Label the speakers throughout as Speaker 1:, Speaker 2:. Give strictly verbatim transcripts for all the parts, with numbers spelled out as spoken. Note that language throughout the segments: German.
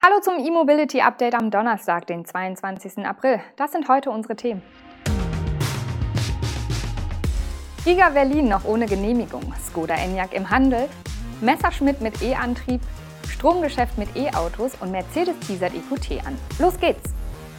Speaker 1: Hallo zum E-Mobility-Update am Donnerstag, den zweiundzwanzigsten April. Das sind heute unsere Themen. Giga Berlin noch ohne Genehmigung, Skoda Enyaq im Handel, Messerschmitt mit E-Antrieb, Stromgeschäft mit E-Autos und Mercedes teasert E Q T an. Los geht's!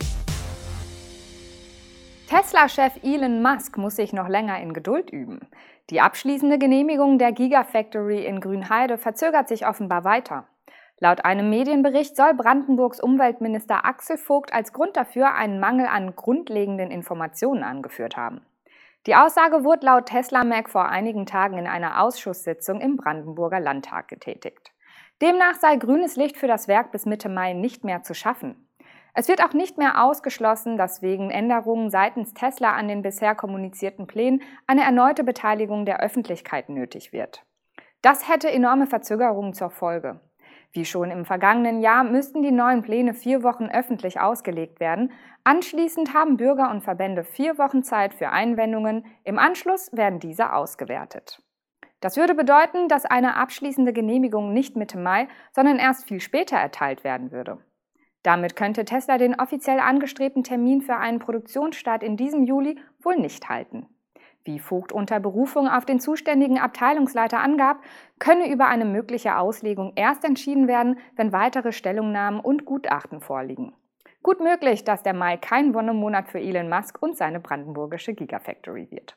Speaker 1: Tesla-Chef Elon Musk muss sich noch länger in Geduld üben. Die abschließende Genehmigung der Gigafactory in Grünheide verzögert sich offenbar weiter. Laut einem Medienbericht soll Brandenburgs Umweltminister Axel Vogt als Grund dafür einen Mangel an grundlegenden Informationen angeführt haben. Die Aussage wurde laut Tesla-Mag vor einigen Tagen in einer Ausschusssitzung im Brandenburger Landtag getätigt. Demnach sei grünes Licht für das Werk bis Mitte Mai nicht mehr zu schaffen. Es wird auch nicht mehr ausgeschlossen, dass wegen Änderungen seitens Tesla an den bisher kommunizierten Plänen eine erneute Beteiligung der Öffentlichkeit nötig wird. Das hätte enorme Verzögerungen zur Folge. Wie schon im vergangenen Jahr müssten die neuen Pläne vier Wochen öffentlich ausgelegt werden. Anschließend haben Bürger und Verbände vier Wochen Zeit für Einwendungen. Im Anschluss werden diese ausgewertet. Das würde bedeuten, dass eine abschließende Genehmigung nicht Mitte Mai, sondern erst viel später erteilt werden würde. Damit könnte Tesla den offiziell angestrebten Termin für einen Produktionsstart in diesem Juli wohl nicht halten. Wie Vogt unter Berufung auf den zuständigen Abteilungsleiter angab, könne über eine mögliche Auslegung erst entschieden werden, wenn weitere Stellungnahmen und Gutachten vorliegen. Gut möglich, dass der Mai kein Wonnemonat für Elon Musk und seine brandenburgische Gigafactory wird.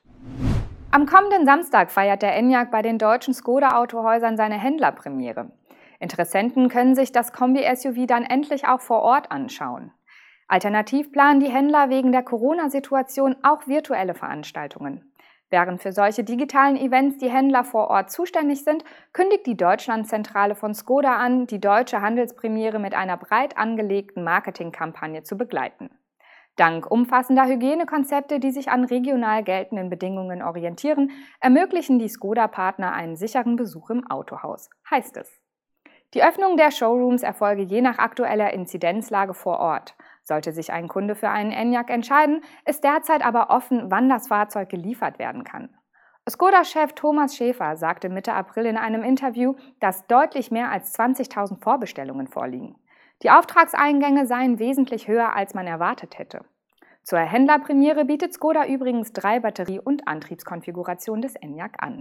Speaker 1: Am kommenden Samstag feiert der Enyaq bei den deutschen Skoda-Autohäusern seine Händlerpremiere. Interessenten können sich das Kombi-S U V dann endlich auch vor Ort anschauen. Alternativ planen die Händler wegen der Corona-Situation auch virtuelle Veranstaltungen. Während für solche digitalen Events die Händler vor Ort zuständig sind, kündigt die Deutschlandzentrale von Skoda an, die deutsche Handelspremiere mit einer breit angelegten Marketingkampagne zu begleiten. Dank umfassender Hygienekonzepte, die sich an regional geltenden Bedingungen orientieren, ermöglichen die Skoda-Partner einen sicheren Besuch im Autohaus, heißt es. Die Öffnung der Showrooms erfolge je nach aktueller Inzidenzlage vor Ort. Sollte sich ein Kunde für einen Enyaq entscheiden, ist derzeit aber offen, wann das Fahrzeug geliefert werden kann. Skoda-Chef Thomas Schäfer sagte Mitte April in einem Interview, dass deutlich mehr als zwanzigtausend Vorbestellungen vorliegen. Die Auftragseingänge seien wesentlich höher, als man erwartet hätte. Zur Händlerpremiere bietet Skoda übrigens drei Batterie- und Antriebskonfigurationen des Enyaq an.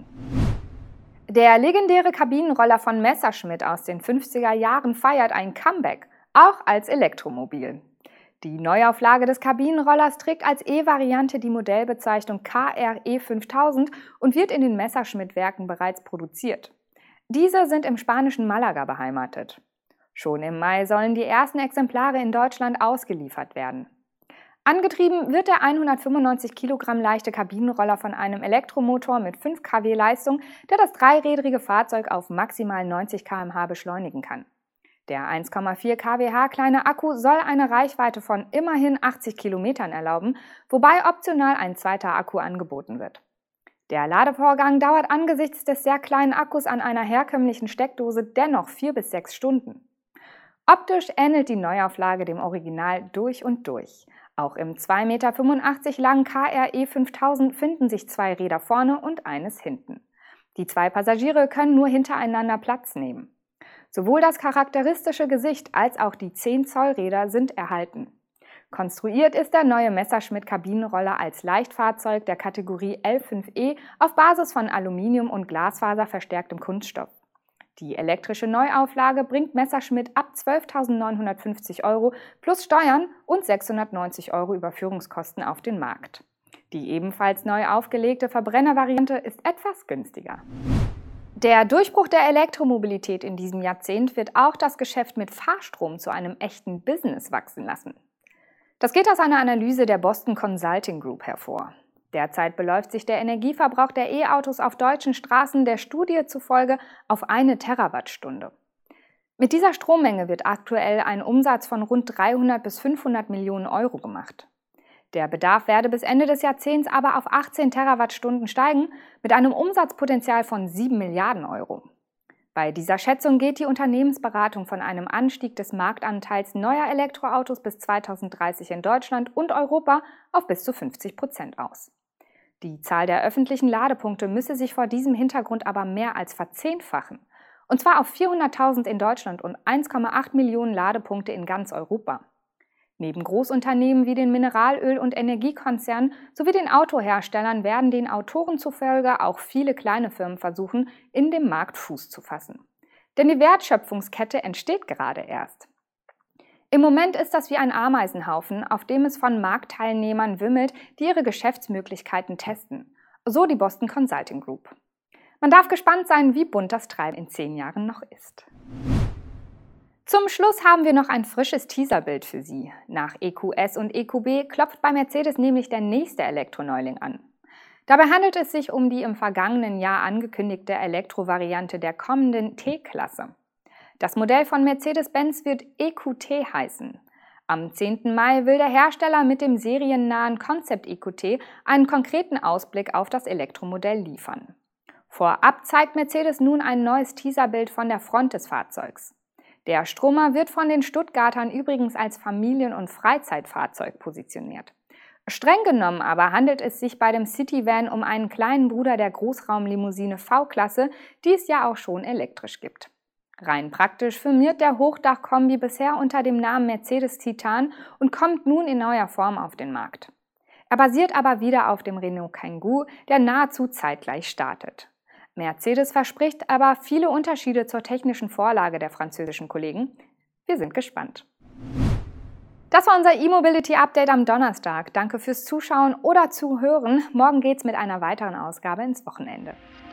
Speaker 1: Der legendäre Kabinenroller von Messerschmitt aus den fünfziger Jahren feiert ein Comeback, auch als Elektromobil. Die Neuauflage des Kabinenrollers trägt als E-Variante die Modellbezeichnung K R E fünftausend und wird in den Messerschmitt-Werken bereits produziert. Diese sind im spanischen Malaga beheimatet. Schon im Mai sollen die ersten Exemplare in Deutschland ausgeliefert werden. Angetrieben wird der hundertfünfundneunzig Kilogramm leichte Kabinenroller von einem Elektromotor mit fünf Kilowatt Leistung, der das dreirädrige Fahrzeug auf maximal neunzig Kilometer pro Stunde beschleunigen kann. Der eins Komma vier Kilowatt kleine Akku soll eine Reichweite von immerhin achtzig Kilometern erlauben, wobei optional ein zweiter Akku angeboten wird. Der Ladevorgang dauert angesichts des sehr kleinen Akkus an einer herkömmlichen Steckdose dennoch vier bis sechs Stunden. Optisch ähnelt die Neuauflage dem Original durch und durch. Auch im zwei Komma fünfundachtzig Meter langen K R E fünftausend finden sich zwei Räder vorne und eines hinten. Die zwei Passagiere können nur hintereinander Platz nehmen. Sowohl das charakteristische Gesicht als auch die zehn Zoll Räder sind erhalten. Konstruiert ist der neue Messerschmitt-Kabinenroller als Leichtfahrzeug der Kategorie L fünf E auf Basis von Aluminium- und Glasfaserverstärktem Kunststoff. Die elektrische Neuauflage bringt Messerschmitt ab zwölftausendneunhundertfünfzig Euro plus Steuern und sechshundertneunzig Euro Überführungskosten auf den Markt. Die ebenfalls neu aufgelegte Verbrennervariante ist etwas günstiger. Der Durchbruch der Elektromobilität in diesem Jahrzehnt wird auch das Geschäft mit Fahrstrom zu einem echten Business wachsen lassen. Das geht aus einer Analyse der Boston Consulting Group hervor. Derzeit beläuft sich der Energieverbrauch der E-Autos auf deutschen Straßen der Studie zufolge auf eine Terawattstunde. Mit dieser Strommenge wird aktuell ein Umsatz von rund dreihundert bis fünfhundert Millionen Euro gemacht. Der Bedarf werde bis Ende des Jahrzehnts aber auf achtzehn Terawattstunden steigen, mit einem Umsatzpotenzial von sieben Milliarden Euro. Bei dieser Schätzung geht die Unternehmensberatung von einem Anstieg des Marktanteils neuer Elektroautos bis zweitausenddreißig in Deutschland und Europa auf bis zu fünfzig Prozent aus. Die Zahl der öffentlichen Ladepunkte müsse sich vor diesem Hintergrund aber mehr als verzehnfachen. Und zwar auf vierhunderttausend in Deutschland und eins Komma acht Millionen Ladepunkte in ganz Europa. Neben Großunternehmen wie den Mineralöl- und Energiekonzernen sowie den Autoherstellern werden den Autoren zufolge auch viele kleine Firmen versuchen, in dem Markt Fuß zu fassen. Denn die Wertschöpfungskette entsteht gerade erst. Im Moment ist das wie ein Ameisenhaufen, auf dem es von Marktteilnehmern wimmelt, die ihre Geschäftsmöglichkeiten testen. So die Boston Consulting Group. Man darf gespannt sein, wie bunt das Treiben in zehn Jahren noch ist. Zum Schluss haben wir noch ein frisches Teaserbild für Sie. Nach E Q S und E Q B klopft bei Mercedes nämlich der nächste Elektroneuling an. Dabei handelt es sich um die im vergangenen Jahr angekündigte Elektrovariante der kommenden T-Klasse. Das Modell von Mercedes-Benz wird E Q T heißen. Am zehnten Mai will der Hersteller mit dem seriennahen Concept E Q T einen konkreten Ausblick auf das Elektromodell liefern. Vorab zeigt Mercedes nun ein neues Teaserbild von der Front des Fahrzeugs. Der Stromer wird von den Stuttgartern übrigens als Familien- und Freizeitfahrzeug positioniert. Streng genommen aber handelt es sich bei dem Cityvan um einen kleinen Bruder der Großraumlimousine V-Klasse, die es ja auch schon elektrisch gibt. Rein praktisch firmiert der Hochdachkombi bisher unter dem Namen Mercedes Titan und kommt nun in neuer Form auf den Markt. Er basiert aber wieder auf dem Renault Kangoo, der nahezu zeitgleich startet. Mercedes verspricht aber viele Unterschiede zur technischen Vorlage der französischen Kollegen. Wir sind gespannt. Das war unser E-Mobility-Update am Donnerstag. Danke fürs Zuschauen oder Zuhören. Morgen geht's mit einer weiteren Ausgabe ins Wochenende.